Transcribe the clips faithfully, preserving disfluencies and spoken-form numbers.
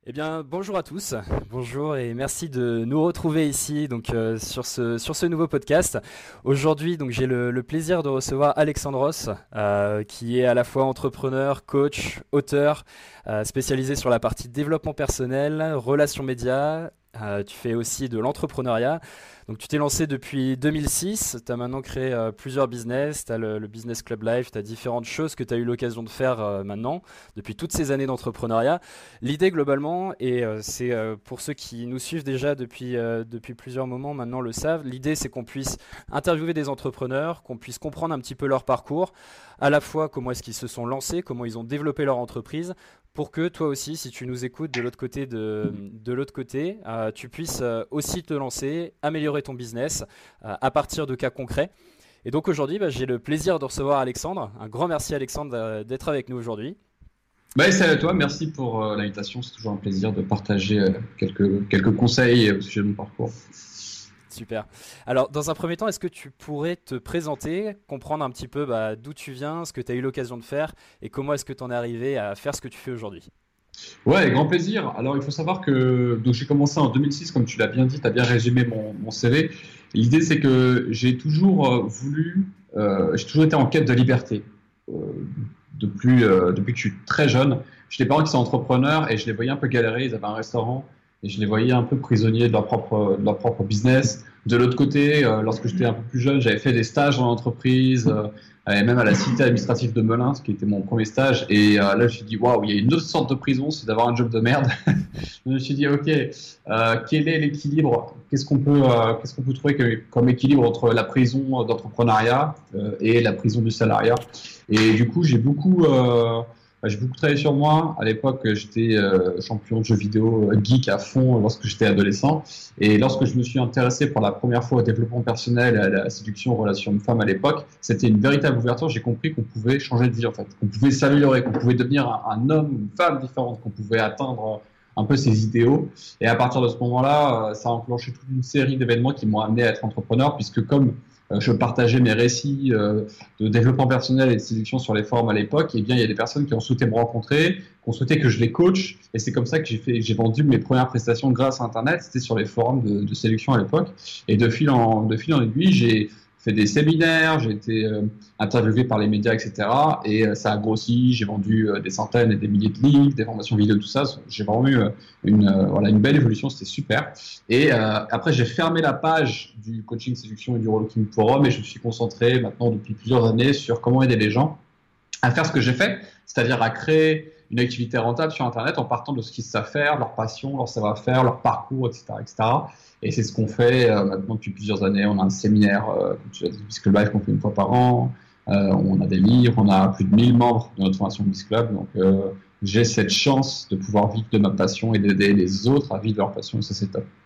Eh bien, bonjour à tous, bonjour et merci de nous retrouver ici donc euh, sur ce sur ce nouveau podcast. Aujourd'hui, donc j'ai le, le plaisir de recevoir Alexandros, euh, qui est à la fois entrepreneur, coach, auteur, euh, spécialisé sur la partie développement personnel, relations médias. Euh, tu fais aussi de l'entrepreneuriat. Donc tu t'es lancé depuis deux mille six, tu as maintenant créé euh, plusieurs business, tu as le, le Business Club Life, tu as différentes choses que tu as eu l'occasion de faire euh, maintenant, depuis toutes ces années d'entrepreneuriat. L'idée globalement, et euh, c'est euh, pour ceux qui nous suivent déjà depuis, euh, depuis plusieurs moments maintenant le savent, l'idée c'est qu'on puisse interviewer des entrepreneurs, qu'on puisse comprendre un petit peu leur parcours, à la fois comment est-ce qu'ils se sont lancés, comment ils ont développé leur entreprise, pour que toi aussi, si tu nous écoutes de l'autre côté, de, de l'autre côté euh, tu puisses euh, aussi te lancer, améliorer ton business euh, à partir de cas concrets. Et donc aujourd'hui, bah, j'ai le plaisir de recevoir Alexandre. Un grand merci Alexandre euh, d'être avec nous aujourd'hui. Bah, salut à toi, merci pour euh, l'invitation. C'est toujours un plaisir de partager euh, quelques, quelques conseils au sujet de mon parcours. Super. Alors, dans un premier temps, est-ce que tu pourrais te présenter, comprendre un petit peu bah, d'où tu viens, ce que tu as eu l'occasion de faire et comment est-ce que tu en es arrivé à faire ce que tu fais aujourd'hui? Ouais, avec grand plaisir. Alors, il faut savoir que donc, j'ai commencé en deux mille six, comme tu l'as bien dit, tu as bien résumé mon, mon C V. L'idée, c'est que j'ai toujours euh, voulu, euh, j'ai toujours été en quête de liberté. Euh, depuis, euh, depuis que je suis très jeune, j'ai des parents qui sont entrepreneurs et je les voyais un peu galérer. Ils avaient un restaurant et je les voyais un peu prisonniers de leur propre, de leur propre business. De l'autre côté, euh, lorsque j'étais un peu plus jeune, j'avais fait des stages dans l'entreprise, euh, et même à la cité administrative de Melun, ce qui était mon premier stage. Et euh, là, je me suis dit, waouh, il y a une autre sorte de prison, c'est d'avoir un job de merde. Je me suis dit, ok, euh, quel est l'équilibre? Qu'est-ce qu'on peut, euh, qu'est-ce qu'on peut trouver que, comme équilibre entre la prison d'entrepreneuriat euh, et la prison du salariat? Et du coup, j'ai beaucoup, euh, j'ai beaucoup travaillé sur moi. À l'époque, j'étais euh, champion de jeux vidéo euh, geek à fond lorsque j'étais adolescent. Et lorsque je me suis intéressé pour la première fois au développement personnel, à la séduction, aux relations de femmes à l'époque, c'était une véritable ouverture. J'ai compris qu'on pouvait changer de vie, en fait, qu'on pouvait s'améliorer, qu'on pouvait devenir un, un homme ou une femme différente, qu'on pouvait atteindre un peu ses idéaux. Et à partir de ce moment-là, ça a enclenché toute une série d'événements qui m'ont amené à être entrepreneur, puisque comme je partageais mes récits euh, de développement personnel et de séduction sur les forums à l'époque, et eh bien il y a des personnes qui ont souhaité me rencontrer, qui ont souhaité que je les coach, et c'est comme ça que j'ai fait, j'ai vendu mes premières prestations grâce à Internet. C'était sur les forums de, de séduction à l'époque, et de fil en de fil en aiguille, j'ai fait des séminaires, j'ai été euh, interviewé par les médias, et cetera. Et euh, ça a grossi, j'ai vendu euh, des centaines et des milliers de livres, des formations vidéo, tout ça. J'ai vraiment eu euh, une, euh, voilà, une belle évolution, c'était super. Et euh, après, j'ai fermé la page du coaching séduction et du Walking Forum et je me suis concentré maintenant depuis plusieurs années sur comment aider les gens à faire ce que j'ai fait, c'est-à-dire à créer une activité rentable sur Internet en partant de ce qu'ils savent faire, leur passion, leur savoir-faire, leur parcours, et cetera, et cetera. Et c'est ce qu'on fait euh, maintenant depuis plusieurs années. On a un séminaire, euh, comme tu as dit, Biz Club Live qu'on fait une fois par an. Euh, on a des livres, on a plus de mille membres de notre formation Biz Club. Donc, euh, j'ai cette chance de pouvoir vivre de ma passion et d'aider les autres à vivre de leur passion. Et ça, c'est top.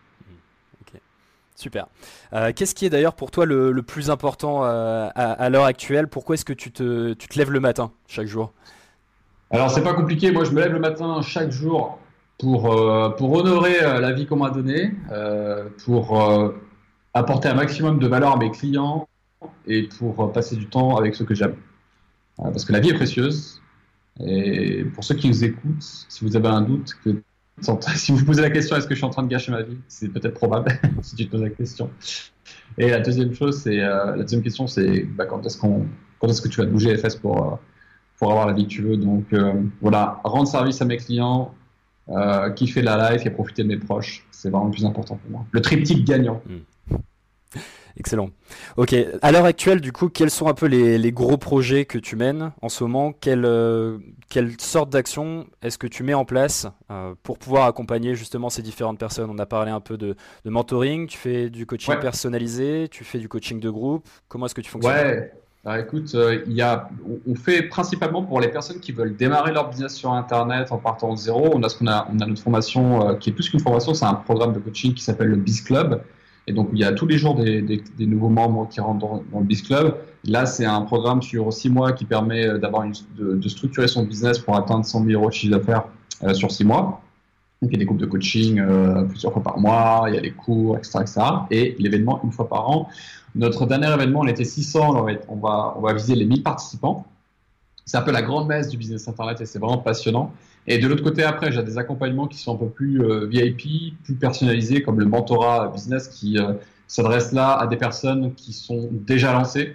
Ok, super. Euh, qu'est-ce qui est d'ailleurs pour toi le, le plus important euh, à, à l'heure actuelle? Pourquoi est-ce que tu te, tu te lèves le matin chaque jour? Alors, c'est pas compliqué. Moi, je me lève le matin chaque jour pour, euh, pour honorer euh, la vie qu'on m'a donnée, euh, pour euh, apporter un maximum de valeur à mes clients et pour euh, passer du temps avec ceux que j'aime. Euh, parce que la vie est précieuse. Et pour ceux qui nous écoutent, si vous avez un doute, que, si vous vous posez la question, est-ce que je suis en train de gâcher ma vie? C'est peut-être probable si tu te poses la question. Et la deuxième chose, c'est euh, la deuxième question, c'est bah, quand est-ce qu'on, quand est-ce que tu vas te bouger les fesses pour euh, pour avoir la vie que tu veux. Donc euh, voilà, rendre service à mes clients, euh, kiffer la life et profiter de mes proches, c'est vraiment le plus important pour moi. Le triptyque gagnant. Mmh. Excellent. Ok, à l'heure actuelle, du coup, quels sont un peu les, les gros projets que tu mènes en ce moment? Quelle, euh, quelle sorte d'action est-ce que tu mets en place euh, pour pouvoir accompagner justement ces différentes personnes? On a parlé un peu de, de mentoring, tu fais du coaching Ouais. personnalisé, tu fais du coaching de groupe. Comment est-ce que tu fonctionnes? Ouais. Alors écoute, euh, il y a, on fait principalement pour les personnes qui veulent démarrer leur business sur Internet en partant de zéro. On a ce qu'on a, on a notre formation euh, qui est plus qu'une formation, c'est un programme de coaching qui s'appelle le Biz Club. Et donc il y a tous les jours des, des, des nouveaux membres qui rentrent dans, dans le Biz Club. Là, c'est un programme sur six mois qui permet d'avoir une, de, de structurer son business pour atteindre cent mille euros de chiffre d'affaires euh, sur six mois. Donc, il y a des groupes de coaching euh, plusieurs fois par mois, il y a des cours, et cetera, et cetera. Et l'événement une fois par an. Notre dernier événement, on était six cents, on va, on va, on va viser les mille participants. C'est un peu la grande messe du business Internet et c'est vraiment passionnant. Et de l'autre côté, après, j'ai des accompagnements qui sont un peu plus euh, V I P, plus personnalisés, comme le mentorat business qui euh, s'adresse là à des personnes qui sont déjà lancées,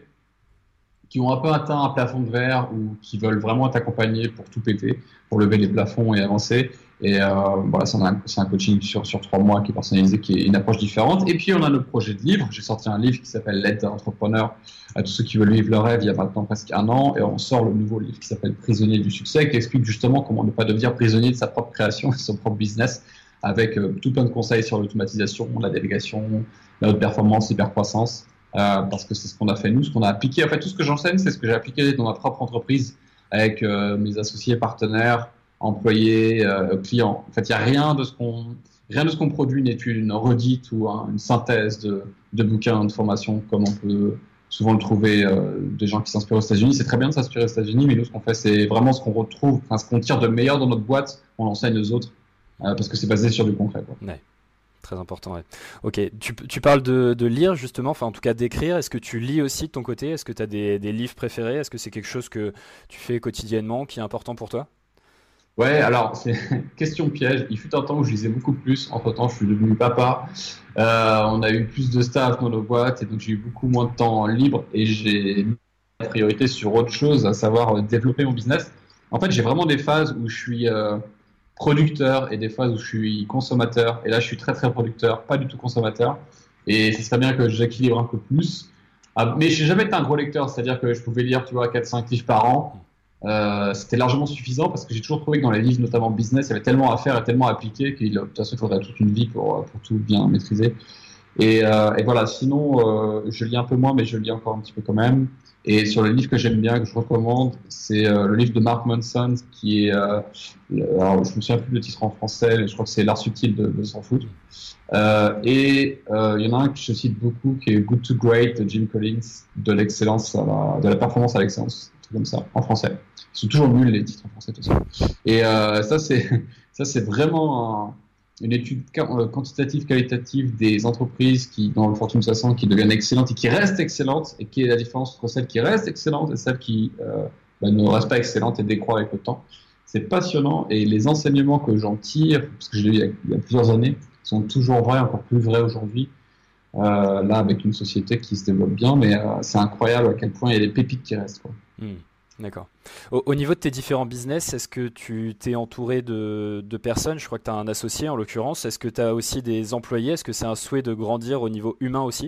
qui ont un peu atteint un plafond de verre ou qui veulent vraiment être accompagnés pour tout péter, pour lever les plafonds et avancer. Et euh, voilà, c'est un, c'est un coaching sur, sur trois mois qui est personnalisé, qui est une approche différente. Et puis, on a notre projet de livre. J'ai sorti un livre qui s'appelle L'aide entrepreneur à tous ceux qui veulent vivre leur rêve il y a maintenant presque un an. Et on sort le nouveau livre qui s'appelle Prisonnier du succès, qui explique justement comment ne pas devenir prisonnier de sa propre création, de son propre business, avec euh, tout plein de conseils sur l'automatisation, la délégation, la haute performance, l'hypercroissance. Euh, parce que c'est ce qu'on a fait nous, ce qu'on a appliqué. En fait, tout ce que j'enseigne, c'est ce que j'ai appliqué dans ma propre entreprise avec euh, mes associés, partenaires, employés, euh, clients. En fait, il n'y a rien de ce qu'on rien de ce qu'on produit n'est une redite ou un, une synthèse de, de bouquins, de formations, comme on peut souvent le trouver euh, des gens qui s'inspirent aux États-Unis. C'est très bien de s'inspirer aux États-Unis, mais nous, ce qu'on fait, c'est vraiment ce qu'on retrouve, enfin, ce qu'on tire de meilleur dans notre boîte, on l'enseigne aux autres, euh, parce que c'est basé sur du concret, quoi. Ouais. Très important, ouais. Ok, tu, tu parles de, de lire justement, enfin en tout cas d'écrire. Est-ce que tu lis aussi de ton côté? Est-ce que tu as des, des livres préférés? Est-ce que c'est quelque chose que tu fais quotidiennement, qui est important pour toi? Ouais, alors c'est question piège. Il fut un temps où je lisais beaucoup plus. Entre-temps, je suis devenu papa. Euh, on a eu plus de staff dans nos boîtes et donc j'ai eu beaucoup moins de temps libre et j'ai mis la priorité sur autre chose, à savoir euh, développer mon business. En fait, j'ai vraiment des phases où je suis euh, producteur et des phases où je suis consommateur. Et là, je suis très très producteur, pas du tout consommateur. Et ce serait bien que j'équilibre un peu plus. Ah, mais j'ai jamais été un gros lecteur, c'est-à-dire que je pouvais lire, tu vois, quatre cinq livres par an. Euh, c'était largement suffisant parce que j'ai toujours trouvé que dans les livres, notamment business, il y avait tellement à faire et tellement à appliquer qu'il de toute façon, il faudrait toute une vie pour, pour tout bien maîtriser. Et, euh, et voilà, sinon, euh, je lis un peu moins, mais je lis encore un petit peu quand même. Et sur le livre que j'aime bien, que je recommande, c'est euh, le livre de Mark Manson, qui est, euh, alors je me souviens plus le titre en français, mais je crois que c'est L'art subtil de, de s'en foutre. Euh, et euh, il y en a un que je cite beaucoup, qui est Good to Great de Jim Collins, de l'excellence à la, de la performance à l'excellence, un truc comme ça, en français. Ils sont toujours nuls les titres en français, tout ça. Et euh, ça, c'est ça, c'est vraiment un, une étude quantitative, qualitative des entreprises qui, dans le Fortune soixante, qui deviennent excellentes et qui restent excellentes, et qui est la différence entre celles qui restent excellentes et celles qui euh, bah, ne restent pas excellentes et décroît avec le temps. C'est passionnant et les enseignements que j'en tire, parce que je l'ai lu il y a, il y a plusieurs années, sont toujours vrais, encore plus vrais aujourd'hui. Euh, là, avec une société qui se développe bien, mais euh, c'est incroyable à quel point il y a des pépites qui restent, quoi. Mmh. D'accord. Au, au niveau de tes différents business, est-ce que tu t'es entouré de, de personnes? Je crois que tu as un associé en l'occurrence. Est-ce que tu as aussi des employés? Est-ce que c'est un souhait de grandir au niveau humain aussi?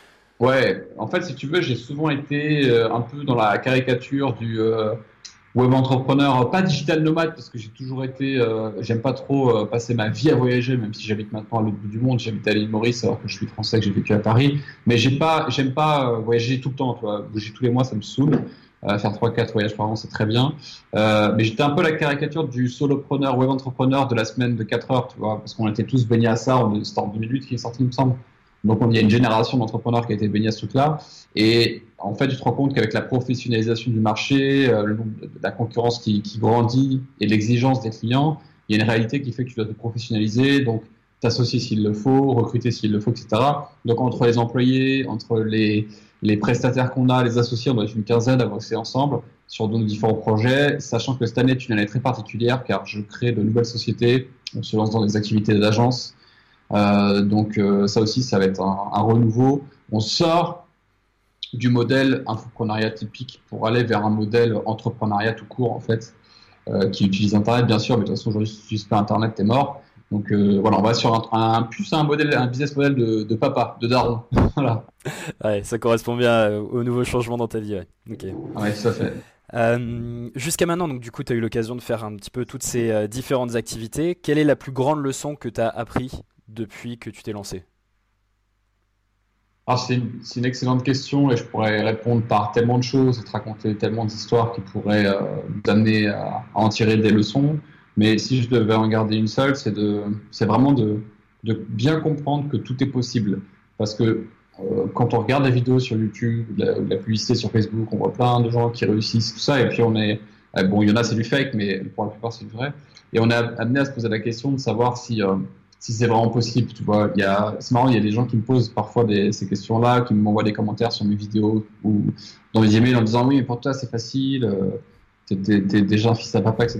Ouais, en fait, si tu veux, j'ai souvent été euh, un peu dans la caricature du euh, web entrepreneur, pas digital nomade, parce que j'ai toujours été, euh, j'aime pas trop euh, passer ma vie à voyager, même si j'habite maintenant à l'autre bout du monde. J'habite à l'île Maurice, alors que je suis français, que j'ai vécu à Paris. Mais j'ai pas, j'aime pas euh, voyager tout le temps, tu vois. Bouger tous les mois, ça me saoule. Euh, faire trois quatre voyages par an, c'est très bien. Euh, mais j'étais un peu la caricature du solopreneur, web entrepreneur de la semaine de quatre heures, tu vois, parce qu'on était tous baignés à ça. On, c'était en deux mille huit qui est sorti, il me semble. Donc, on y a une génération d'entrepreneurs qui a été baignée à ce truc-là. Et en fait, tu te rends compte qu'avec la professionnalisation du marché, euh, le nombre de, de la concurrence qui, qui grandit et l'exigence des clients, il y a une réalité qui fait que tu dois te professionnaliser, donc t'associer s'il le faut, recruter s'il le faut, et cetera. Donc, entre les employés, entre les les prestataires qu'on a, les associés, on doit être une quinzaine à bosser ensemble sur nos différents projets, sachant que cette année est une année très particulière car je crée de nouvelles sociétés, on se lance dans des activités d'agence, euh, donc euh, ça aussi ça va être un, un renouveau. On sort du modèle infoprenariat typique pour aller vers un modèle entrepreneuriat tout court en fait, euh, qui utilise Internet bien sûr, mais de toute façon aujourd'hui si tu n'utilises pas Internet t'es mort. Donc euh, voilà, on va sur un, un plus un modèle, un business model de, de papa, de daron. Voilà. Ouais, ça correspond bien au nouveau changement dans ta vie. Ouais. Ok. Ouais, tout à fait. Euh, jusqu'à maintenant, donc du coup, tu as eu l'occasion de faire un petit peu toutes ces euh, différentes activités. Quelle est la plus grande leçon que tu as appris depuis que tu t'es lancé? Alors c'est une, c'est une excellente question et je pourrais répondre par tellement de choses et te raconter tellement d'histoires qui pourraient euh, nous amener à, à en tirer des leçons. Mais si je devais en garder une seule, c'est de, c'est vraiment de, de bien comprendre que tout est possible. Parce que euh, quand on regarde des vidéos sur YouTube, de la, de la publicité sur Facebook, on voit plein de gens qui réussissent, tout ça, et puis on est, euh, bon, il y en a c'est du fake, mais pour la plupart c'est du vrai. Et on est amené à se poser la question de savoir si, euh, si c'est vraiment possible. Tu vois, il y a, c'est marrant, il y a des gens qui me posent parfois des, ces questions-là, qui m'envoient des commentaires sur mes vidéos ou dans mes emails en disant oui, mais pour toi c'est facile, euh, t'es, t'es, t'es déjà un fils à papa, et cetera.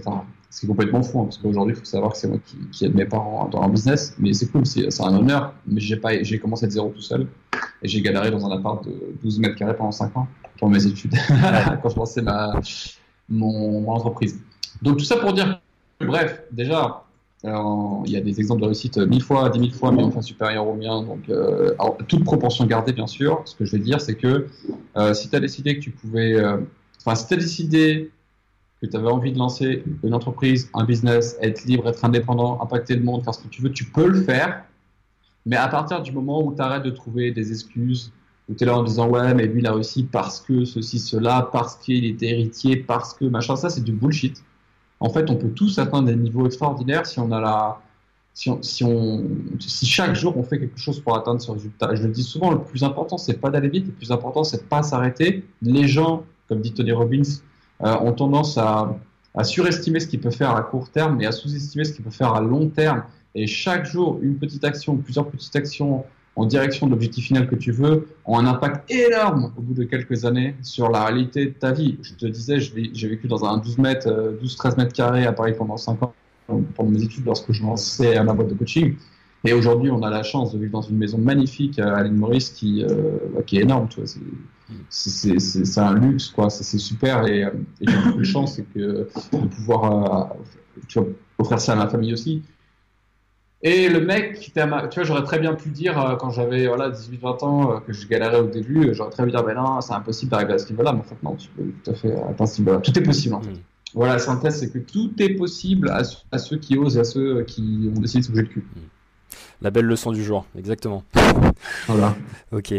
C'est complètement fou, hein, parce qu'aujourd'hui, il faut savoir que c'est moi qui, qui aide mes parents dans leur business, mais c'est cool, c'est, c'est un honneur. Mais j'ai pas, j'ai commencé de zéro tout seul, et j'ai galéré dans un appart de douze mètres carrés pendant cinq ans pour mes études, quand je lançais ma, mon, mon entreprise. Donc tout ça pour dire, que, bref, déjà, alors, il y a des exemples de réussite mille fois, dix mille fois, mais enfin supérieurs aux miens. Donc, euh, alors, toute proportion gardée, bien sûr. Ce que je vais dire, c'est que euh, si tu as décidé que tu pouvais, euh, enfin, si tu as décidé que tu avais envie de lancer une entreprise, un business, être libre, être indépendant, impacter le monde, faire ce que tu veux, tu peux le faire. Mais à partir du moment où tu arrêtes de trouver des excuses, où tu es là en disant ouais, mais lui il a réussi parce que ceci, cela, parce qu'il était héritier, parce que machin, ça c'est du bullshit. En fait, on peut tous atteindre des niveaux extraordinaires si on a la, si on, si on, si chaque jour on fait quelque chose pour atteindre ce résultat. Je le dis souvent, le plus important c'est pas d'aller vite, le plus important c'est de pas s'arrêter. Les gens, comme dit Tony Robbins, Euh, ont tendance à, à surestimer ce qu'ils peuvent faire à court terme et à sous-estimer ce qu'ils peuvent faire à long terme. Et chaque jour, une petite action, plusieurs petites actions en direction de l'objectif final que tu veux ont un impact énorme au bout de quelques années sur la réalité de ta vie. Je te disais, j'ai vécu dans un douze mètres, douze treize mètres carrés à Paris pendant cinq ans, pendant mes études, lorsque je lançais à ma boîte de coaching. Et aujourd'hui, on a la chance de vivre dans une maison magnifique à l'île Maurice qui, euh, qui est énorme. Tu vois, c'est, c'est, c'est, c'est un luxe, quoi. C'est, c'est super. Et, et j'ai beaucoup de chance c'est que, de pouvoir euh, tu vois, offrir ça à ma famille aussi. Et le mec qui était à ma... Tu vois, j'aurais très bien pu dire, euh, quand j'avais voilà, dix-huit vingt ans, euh, que je galérais au début, j'aurais très bien dire, ben non, c'est impossible d'arriver à ce niveau-là. Mais en fait, non, tu peux tout à fait atteindre ce niveau-là. Tout est possible, en fait. Mmh. Voilà, la synthèse, c'est que tout est possible à, à ceux qui osent et à ceux qui ont décidé de se bouger le cul. Mmh. La belle leçon du jour, exactement. Voilà. Ok.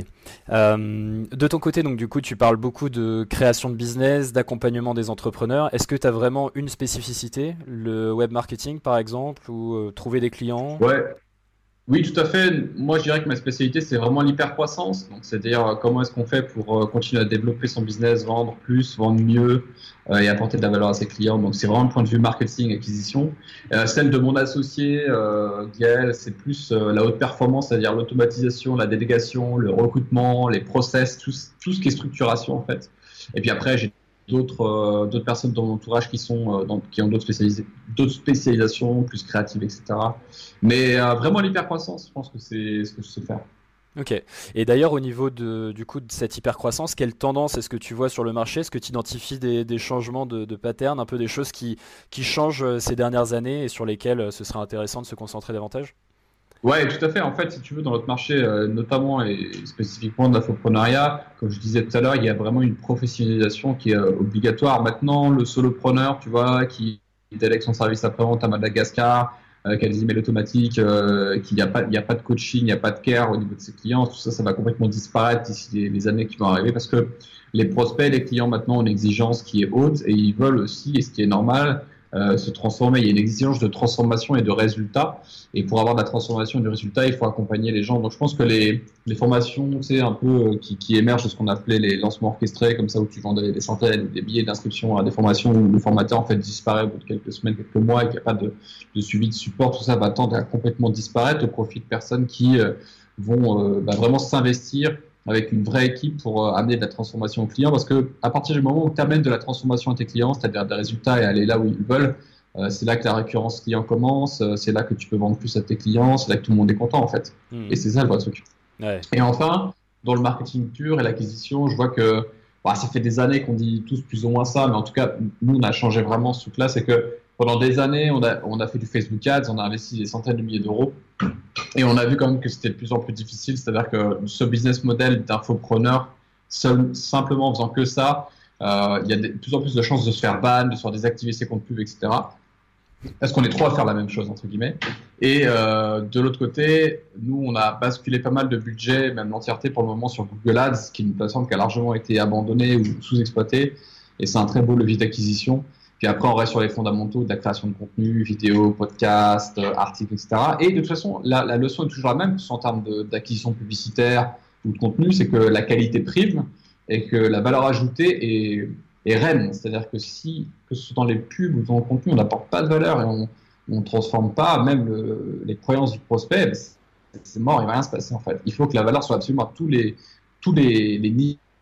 Euh, de ton côté, donc du coup, tu parles beaucoup de création de business, d'accompagnement des entrepreneurs. Est-ce que tu as vraiment une spécificité, le web marketing par exemple, ou euh, trouver des clients? Ouais. Oui, tout à fait. Moi, je dirais que ma spécialité, c'est vraiment l'hypercroissance. Donc, c'est-à-dire euh, comment est-ce qu'on fait pour euh, continuer à développer son business, vendre plus, vendre mieux euh, et apporter de la valeur à ses clients. Donc, c'est vraiment le point de vue marketing, acquisition. Euh, celle de mon associé, euh, Gaël, c'est plus euh, la haute performance, c'est-à-dire l'automatisation, la délégation, le recrutement, les process, tout, tout ce qui est structuration, en fait. Et puis après, j'ai d'autres euh, d'autres personnes dans mon entourage qui sont euh, dans, qui ont d'autres spécialisés d'autres spécialisations plus créatives, etc. Mais euh, vraiment l'hypercroissance, je pense que c'est ce que je sais faire. Ok. Et d'ailleurs, au niveau de, du coup, de cette hypercroissance, quelle tendance est-ce que tu vois sur le marché? Est-ce que tu identifies des, des changements de, de pattern, un peu des choses qui, qui changent ces dernières années et sur lesquelles ce serait intéressant de se concentrer davantage? Ouais, tout à fait. En fait, si tu veux, dans notre marché, euh, notamment et spécifiquement de l'infoprenariat, comme je disais tout à l'heure, il y a vraiment une professionnalisation qui est euh, obligatoire. Maintenant, le solopreneur, tu vois, qui délègue son service après-vente à Madagascar, euh, qui a des emails automatiques, euh, qu'il n'y a pas, il y a pas de coaching, il n'y a pas de care au niveau de ses clients, tout ça, ça va complètement disparaître d'ici les, les années qui vont arriver parce que les prospects, les clients maintenant ont une exigence qui est haute et ils veulent aussi, et ce qui est normal, Euh, se transformer. Il y a une exigence de transformation et de résultat. Et pour avoir de la transformation et du résultat, il faut accompagner les gens. Donc, je pense que les, les formations, tu sais, un peu euh, qui, qui émergent de ce qu'on appelait les lancements orchestrés, comme ça, où tu vendais des centaines, des billets d'inscription à des formations où le formateur, en fait, disparaît au bout de quelques semaines, quelques mois, et qu'il n'y a pas de, de suivi, de support. Tout ça va tendre à complètement disparaître au profit de personnes qui euh, vont euh, bah, vraiment s'investir avec une vraie équipe pour euh, amener de la transformation aux clients, parce que à partir du moment où tu amènes de la transformation à tes clients, c'est-à-dire des résultats et aller là où ils veulent, euh, c'est là que la récurrence client commence, euh, c'est là que tu peux vendre plus à tes clients, c'est là que tout le monde est content en fait. Mmh. Et c'est ça le vrai truc. Ouais. Et enfin, dans le marketing pur et l'acquisition, je vois que bah, ça fait des années qu'on dit tous plus ou moins ça, mais en tout cas, nous, on a changé vraiment ce truc-là, c'est que pendant des années, on a, on a fait du Facebook Ads, on a investi des centaines de milliers d'euros. Et on a vu quand même que c'était de plus en plus difficile, c'est-à-dire que ce business model d'infopreneur, seul, simplement en faisant que ça, euh, il y a de plus en plus de chances de se faire ban, de se faire désactiver ses comptes pubs, et cetera. Parce qu'on est trop à faire la même chose, entre guillemets. Et euh, de l'autre côté, nous, on a basculé pas mal de budget, même l'entièreté pour le moment, sur Google Ads, qui est une plateforme qui a largement été abandonnée ou sous-exploitée. Et c'est un très beau levier d'acquisition. Puis après, on reste sur les fondamentaux de la création de contenu, vidéo, podcast, articles, et cetera. Et de toute façon, la, la leçon est toujours la même, que ce soit en termes de, d'acquisition publicitaire ou de contenu, c'est que la qualité prime et que la valeur ajoutée est, est reine. C'est-à-dire que si, que ce soit dans les pubs ou dans le contenu, on n'apporte pas de valeur et on ne transforme pas même le, les croyances du prospect, c'est, c'est mort, il ne va rien se passer en fait. Il faut que la valeur soit absolument à tous les, tous les, les niveaux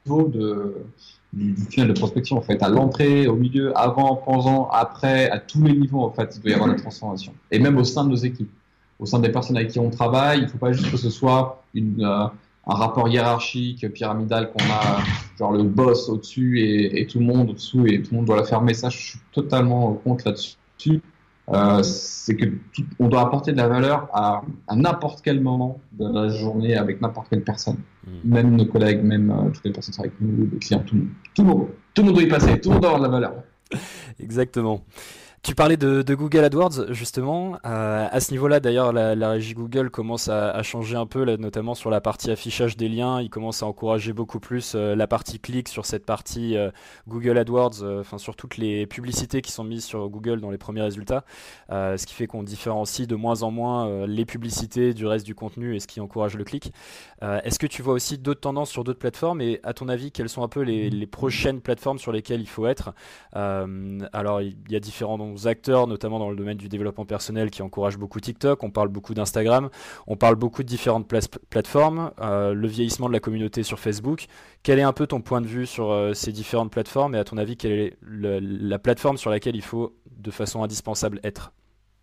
niveaux de, du, du tunnel de prospection, en fait, à l'entrée, au milieu, avant, pendant, après, à tous les niveaux, en fait, il doit y avoir la transformation. Et même au sein de nos équipes, au sein des personnes avec qui on travaille, il ne faut pas juste que ce soit une, euh, un rapport hiérarchique, pyramidal, qu'on a genre le boss au-dessus et, et tout le monde au-dessous et tout le monde doit la fermer. Ça, je suis totalement contre là-dessus. Euh, c'est que tout, on doit apporter de la valeur à, à n'importe quel moment de la journée avec n'importe quelle personne, mmh. même nos collègues, même euh, toutes les personnes qui sont avec nous, les clients, tout le monde, tout le monde, tout le monde doit y passer, tout le monde doit avoir de la valeur. Exactement. Tu parlais de, de Google AdWords justement. Euh, à ce niveau-là, d'ailleurs, la, la régie Google commence à, à changer un peu, là, notamment sur la partie affichage des liens. Ils commencent à encourager beaucoup plus euh, la partie clic sur cette partie euh, Google AdWords, enfin euh, sur toutes les publicités qui sont mises sur Google dans les premiers résultats. Euh, ce qui fait qu'on différencie de moins en moins euh, les publicités du reste du contenu et ce qui encourage le clic. Euh, est-ce que tu vois aussi d'autres tendances sur d'autres plateformes et à ton avis, quelles sont un peu les, les prochaines plateformes sur lesquelles il faut être? euh, Alors, il y a différents acteurs, notamment dans le domaine du développement personnel, qui encouragent beaucoup TikTok. On parle beaucoup d'Instagram, on parle beaucoup de différentes pla- plateformes, euh, le vieillissement de la communauté sur Facebook. Quel est un peu ton point de vue sur euh, ces différentes plateformes et à ton avis, quelle est le, la plateforme sur laquelle il faut de façon indispensable être?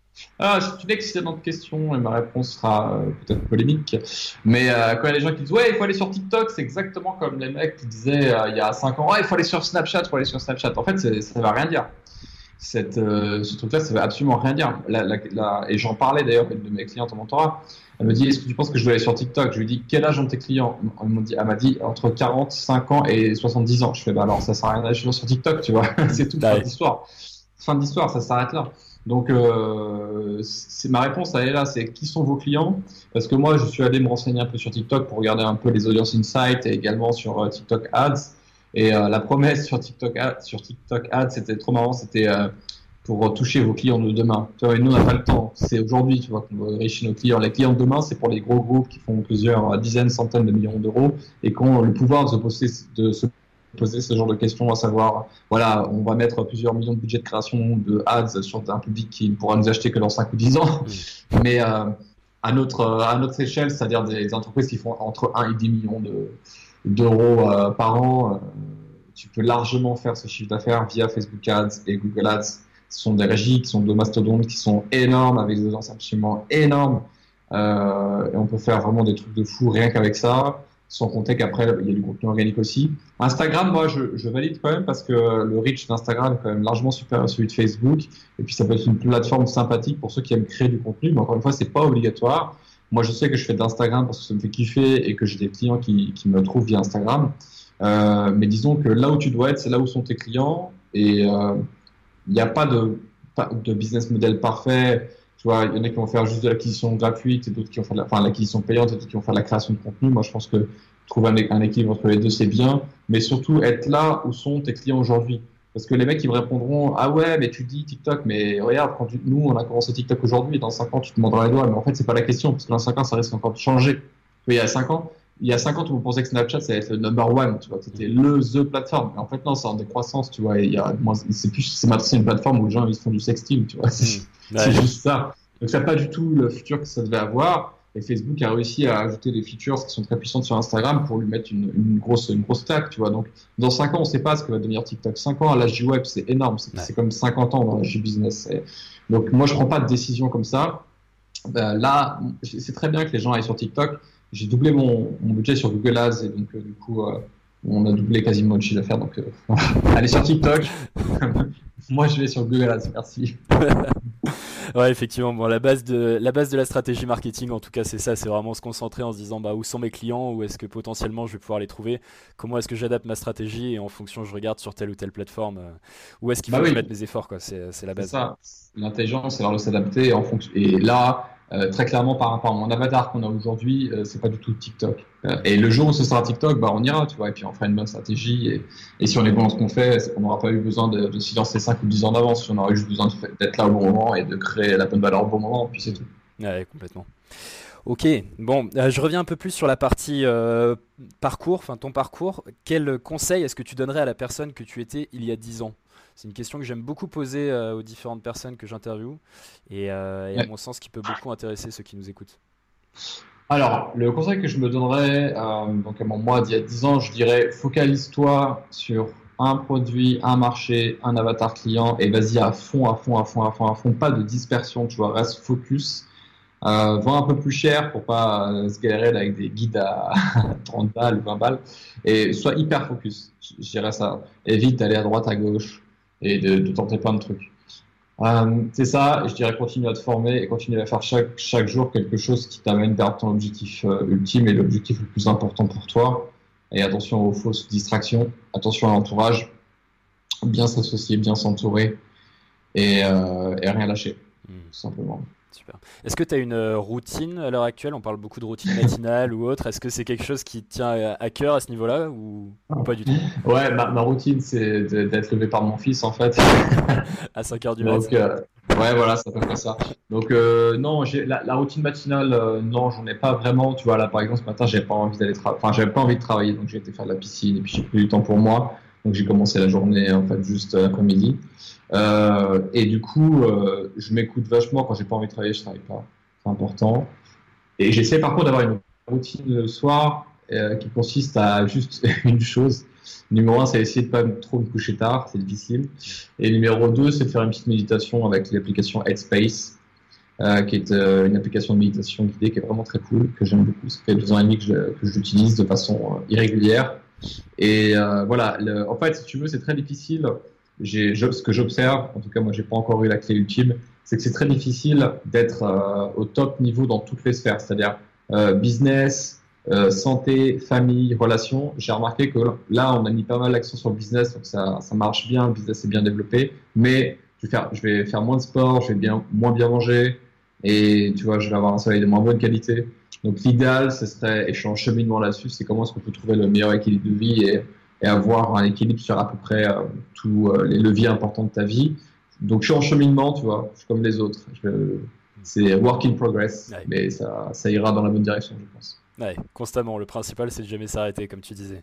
Ah, c'est une excellente question et ma réponse sera euh, peut-être polémique. Mais euh, quand il y a des gens qui disent ouais, il faut aller sur TikTok, c'est exactement comme les mecs qui disaient euh, il y a cinq ans ouais, il faut aller sur Snapchat, il faut aller sur Snapchat. En fait, c'est, ça ne va rien dire. Cette, euh, ce truc-là, ça veut absolument rien dire. La, la, la, et j'en parlais d'ailleurs avec une de mes clientes en mentorat. Elle me dit est-ce que tu penses que je dois aller sur TikTok? Je lui dis quel âge ont tes clients? Elle m'a dit, elle m'a dit entre quarante-cinq ans et soixante-dix ans. Je fais bah alors ça sert à rien d'aller sur TikTok, tu vois. C'est toute fin d'histoire. Fin d'histoire, ça s'arrête là. Donc, euh, c'est ma réponse, elle est là, c'est qui sont vos clients? Parce que moi, je suis allé me renseigner un peu sur TikTok pour regarder un peu les audience insights et également sur euh, TikTok Ads. Et euh, la promesse sur TikTok Ads, sur TikTok Ads, c'était trop marrant, c'était euh, pour toucher vos clients de demain. Tu vois, et nous, on n'a pas le temps. C'est aujourd'hui, tu vois, qu'on va enrichir nos clients. Les clients de demain, c'est pour les gros groupes qui font plusieurs dizaines, centaines de millions d'euros et qui ont le pouvoir de se poser, de se poser ce genre de questions, à savoir, voilà, on va mettre plusieurs millions de budget de création de ads sur un public qui ne pourra nous acheter que dans cinq ou dix ans. Mmh. Mais euh, à notre à notre échelle, c'est-à-dire des entreprises qui font entre un et dix millions de, d'euros euh, par an, euh, tu peux largement faire ce chiffre d'affaires via Facebook Ads et Google Ads. Ce sont des régies qui sont de mastodontes, qui sont énormes, avec des audiences absolument énormes. Euh, et on peut faire vraiment des trucs de fou rien qu'avec ça. Sans compter qu'après, il y a du contenu organique aussi. Instagram, moi, je, je valide quand même parce que le reach d'Instagram est quand même largement supérieur à celui de Facebook. Et puis, ça peut être une plateforme sympathique pour ceux qui aiment créer du contenu. Mais encore une fois, c'est pas obligatoire. Moi, je sais que je fais de l'Instagram parce que ça me fait kiffer et que j'ai des clients qui, qui me trouvent via Instagram. Euh, mais disons que là où tu dois être, c'est là où sont tes clients. Et il euh, n'y a pas de, de business model parfait. Tu vois, il y en a qui vont faire juste de l'acquisition gratuite et d'autres qui vont faire de la, enfin, l'acquisition payante et d'autres qui vont faire de la création de contenu. Moi, je pense que trouver un, un équilibre entre les deux, c'est bien. Mais surtout, être là où sont tes clients aujourd'hui. Parce que les mecs, ils me répondront, ah ouais, mais tu dis TikTok, mais regarde, quand tu, nous, on a commencé TikTok aujourd'hui, et dans cinq ans, tu te mordras les doigts. Mais en fait, c'est pas la question, parce que dans cinq ans, ça risque encore de changer. Mais il y a cinq ans, il y a cinq ans, tout le monde pensait que Snapchat, ça allait être le number one, tu vois, c'était le, the plateforme. Mais en fait, non, c'est en décroissance, tu vois, et il y a moins, c'est plus, c'est maintenant, c'est une plateforme où les gens, ils font du sexting, tu vois, c'est, mmh. c'est juste ça. Donc, ça n'a pas du tout le futur que ça devait avoir. Et Facebook a réussi à ajouter des features qui sont très puissantes sur Instagram pour lui mettre une, une grosse, une grosse claque, tu vois. Donc, dans cinq ans, on ne sait pas ce que va devenir TikTok. cinq ans à l'âge du web, c'est énorme. C'est, ouais. c'est comme cinquante ans dans l'âge du business. Et donc, moi, je prends pas de décision comme ça. Ben, là, c'est très bien que les gens aillent sur TikTok. J'ai doublé mon, mon budget sur Google Ads et donc, euh, du coup, euh, on a doublé quasiment le chiffre d'affaires. Donc, euh, allez sur TikTok. Moi, je vais sur Google Ads. Merci. Ouais, effectivement. Bon, la base de la base de la stratégie marketing, en tout cas, c'est ça. C'est vraiment se concentrer en se disant, bah, où sont mes clients, où est-ce que potentiellement je vais pouvoir les trouver, comment est-ce que j'adapte ma stratégie et en fonction, je regarde sur telle ou telle plateforme, euh, où est-ce qu'il faut bah oui. que je mette mes efforts, quoi. C'est c'est la base. C'est ça. L'intelligence, c'est alors de s'adapter en fonction. Et là, euh, très clairement, par rapport à mon avatar qu'on a aujourd'hui, euh, c'est pas du tout TikTok. Euh, et le jour où ce sera TikTok, bah, on ira, tu vois. Et puis on fera une bonne stratégie. Et, et si on est bon dans ce qu'on fait, c'est qu'on n'aura pas eu besoin de, de s'y lancer cinq ou dix ans d'avance. On aura juste besoin de, d'être là au bon moment et de créer la bonne valeur au bon moment. Puis c'est tout. Ouais, complètement. Ok, bon, euh, je reviens un peu plus sur la partie euh, parcours, enfin ton parcours. Quel conseil est-ce que tu donnerais à la personne que tu étais il y a dix ans? C'est une question que j'aime beaucoup poser euh, aux différentes personnes que j'interviewe et, euh, et à ouais. mon sens qui peut beaucoup intéresser ceux qui nous écoutent. Alors, le conseil que je me donnerais, euh, donc à mon moi d'il y a dix ans, je dirais focalise-toi sur un produit, un marché, un avatar client et vas-y à fond, à fond, à fond, à fond, à fond. Pas de dispersion, tu vois, reste focus. Euh, vends un peu plus cher pour pas euh, se galérer là, avec des guides à trente balles ou vingt balles et sois hyper focus. Je je dirais ça. Évite d'aller à droite, à gauche et de, de tenter plein de trucs. Euh, c'est ça, je dirais continue à te former et continue à faire chaque, chaque jour quelque chose qui t'amène vers ton objectif euh, ultime et l'objectif le plus important pour toi. Et attention aux fausses distractions, attention à l'entourage, bien s'associer, bien s'entourer et, euh, et rien lâcher, Hmm. tout simplement. Super. Est-ce que tu as une euh, routine à l'heure actuelle? On parle beaucoup de routine matinale ou autre. Est-ce que c'est quelque chose qui te tient à à cœur à ce niveau-là ou, ou pas du tout? Ouais, ma, ma routine, c'est de- d'être levé par mon fils, en fait. À cinq heures du mat? Donc, euh, ouais, voilà, c'est à peu près ça. Donc, euh, non, j'ai la, la routine matinale, euh, non, j'en ai pas vraiment. Tu vois, là, par exemple, ce matin, j'avais pas envie d'aller travailler. Enfin, j'avais pas envie de travailler, donc j'ai été faire de la piscine et puis j'ai pris du temps pour moi. Donc, j'ai commencé la journée, en fait, juste euh, l'après-midi. Euh, et du coup, euh, je m'écoute vachement. Quand j'ai pas envie de travailler, je travaille pas. C'est important. Et j'essaie par contre d'avoir une routine le soir euh, qui consiste à juste une chose. Numéro un, c'est essayer de pas trop me coucher tard, c'est difficile. Et numéro deux, c'est de faire une petite méditation avec l'application Headspace, euh, qui est euh, une application de méditation guidée qui est vraiment très cool, que j'aime beaucoup. Ça fait deux ans et demi que je, que je l'utilise de façon euh, irrégulière. Et euh, voilà, le, en fait, si tu veux, c'est très difficile. J'ai, je, ce que j'observe, en tout cas, moi, j'ai pas encore eu la clé ultime, c'est que c'est très difficile d'être euh, au top niveau dans toutes les sphères, c'est-à-dire euh, business, euh, santé, famille, relations. J'ai remarqué que là, on a mis pas mal l'accent sur le business, donc ça, ça marche bien, le business est bien développé, mais je vais faire, je vais faire moins de sport, je vais bien, moins bien manger, et tu vois, je vais avoir un sommeil de moins bonne qualité. Donc l'idéal, ce serait, et je suis en cheminement là-dessus, c'est comment est-ce qu'on peut trouver le meilleur équilibre de vie et, et avoir un équilibre sur à peu près euh, tous euh, les leviers importants de ta vie. Donc je suis en cheminement, tu vois, je suis comme les autres. Je, c'est work in progress, Ouais. mais ça, ça ira dans la bonne direction, je pense. Ouais, constamment. Le principal, c'est de jamais s'arrêter, comme tu disais.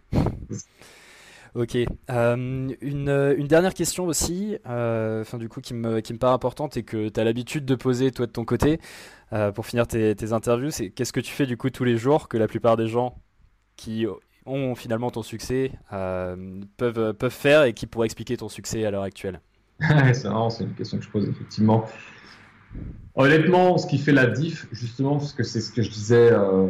Ok. Euh, une, euh, une dernière question aussi, euh, enfin, du coup, qui me, qui me paraît importante et que tu as l'habitude de poser, toi, de ton côté, euh, pour finir tes, tes interviews, c'est qu'est-ce que tu fais, du coup, tous les jours que la plupart des gens qui ont finalement ton succès euh, peuvent, peuvent faire et qui pourraient expliquer ton succès à l'heure actuelle? c'est marrant, c'est une question que je pose effectivement. Honnêtement, ce qui fait la diff, justement, parce que c'est ce que je disais euh,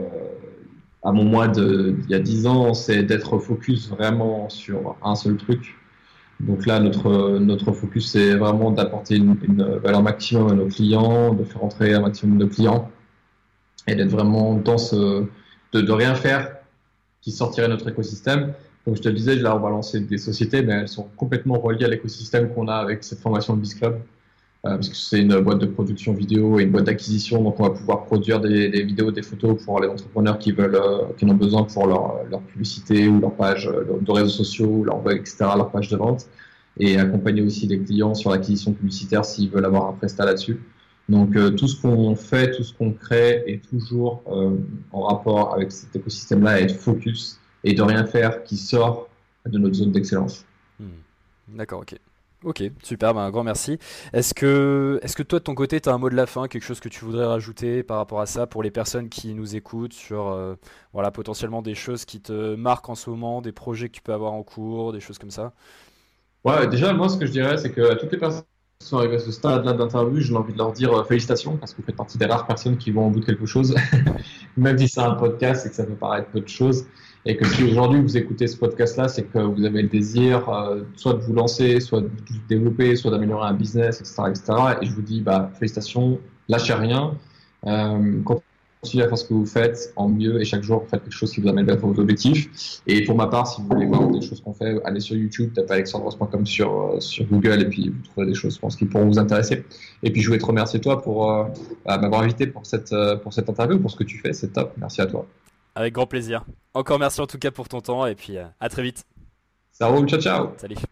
à mon mois de, il y a dix ans, c'est d'être focus vraiment sur un seul truc. Donc là, notre, notre focus, c'est vraiment d'apporter une, une valeur maximum à nos clients, de faire entrer un maximum de clients et d'être vraiment dans ce, de, de rien faire qui sortirait notre écosystème. Comme je te le disais, là, on va lancer des sociétés, mais elles sont complètement reliées à l'écosystème qu'on a avec cette formation de BizClub. Euh, parce que c'est une boîte de production vidéo et une boîte d'acquisition, donc on va pouvoir produire des, des vidéos, des photos pour les entrepreneurs qui veulent, euh, qui en ont besoin pour leur, leur publicité ou leur page euh, de réseaux sociaux, leur web, et cetera, leur page de vente, et accompagner aussi les clients sur l'acquisition publicitaire s'ils veulent avoir un prestat là-dessus. Donc euh, tout ce qu'on fait, tout ce qu'on crée est toujours euh, en rapport avec cet écosystème-là, et être focus et de rien faire qui sort de notre zone d'excellence. Hmm. D'accord, ok. Ok, super, ben, un grand merci. Est-ce que, est-ce que toi, de ton côté, tu as un mot de la fin, quelque chose que tu voudrais rajouter par rapport à ça pour les personnes qui nous écoutent sur euh, voilà, potentiellement des choses qui te marquent en ce moment, des projets que tu peux avoir en cours, des choses comme ça? Ouais, déjà, moi, ce que je dirais, c'est que à toutes les personnes qui sont arrivées à ce stade-là d'interview, j'ai envie de leur dire euh, félicitations, parce que vous faites partie des rares personnes qui vont au bout de quelque chose. Même si c'est un podcast, c'est que ça peut paraître peu de choses. Et que si aujourd'hui vous écoutez ce podcast-là, c'est que vous avez le désir euh, soit de vous lancer, soit de vous développer, soit d'améliorer un business, et cetera, et cetera. Et je vous dis, bah, félicitations, lâchez rien. Euh, continuez à faire ce que vous faites en mieux et chaque jour vous faites quelque chose qui vous amène vers vos objectifs. Et pour ma part, si vous voulez voir des choses qu'on fait, allez sur YouTube, tapez alexandros point com sur, euh, sur Google et puis vous trouverez des choses, je pense, qui pourront vous intéresser. Et puis je voulais te remercier toi pour euh, bah, m'avoir invité pour cette, euh, pour cette interview, pour ce que tu fais, c'est top. Merci à toi. Avec grand plaisir. Encore merci en tout cas pour ton temps et puis euh, à très vite. Ça roule, ciao ciao. Salut.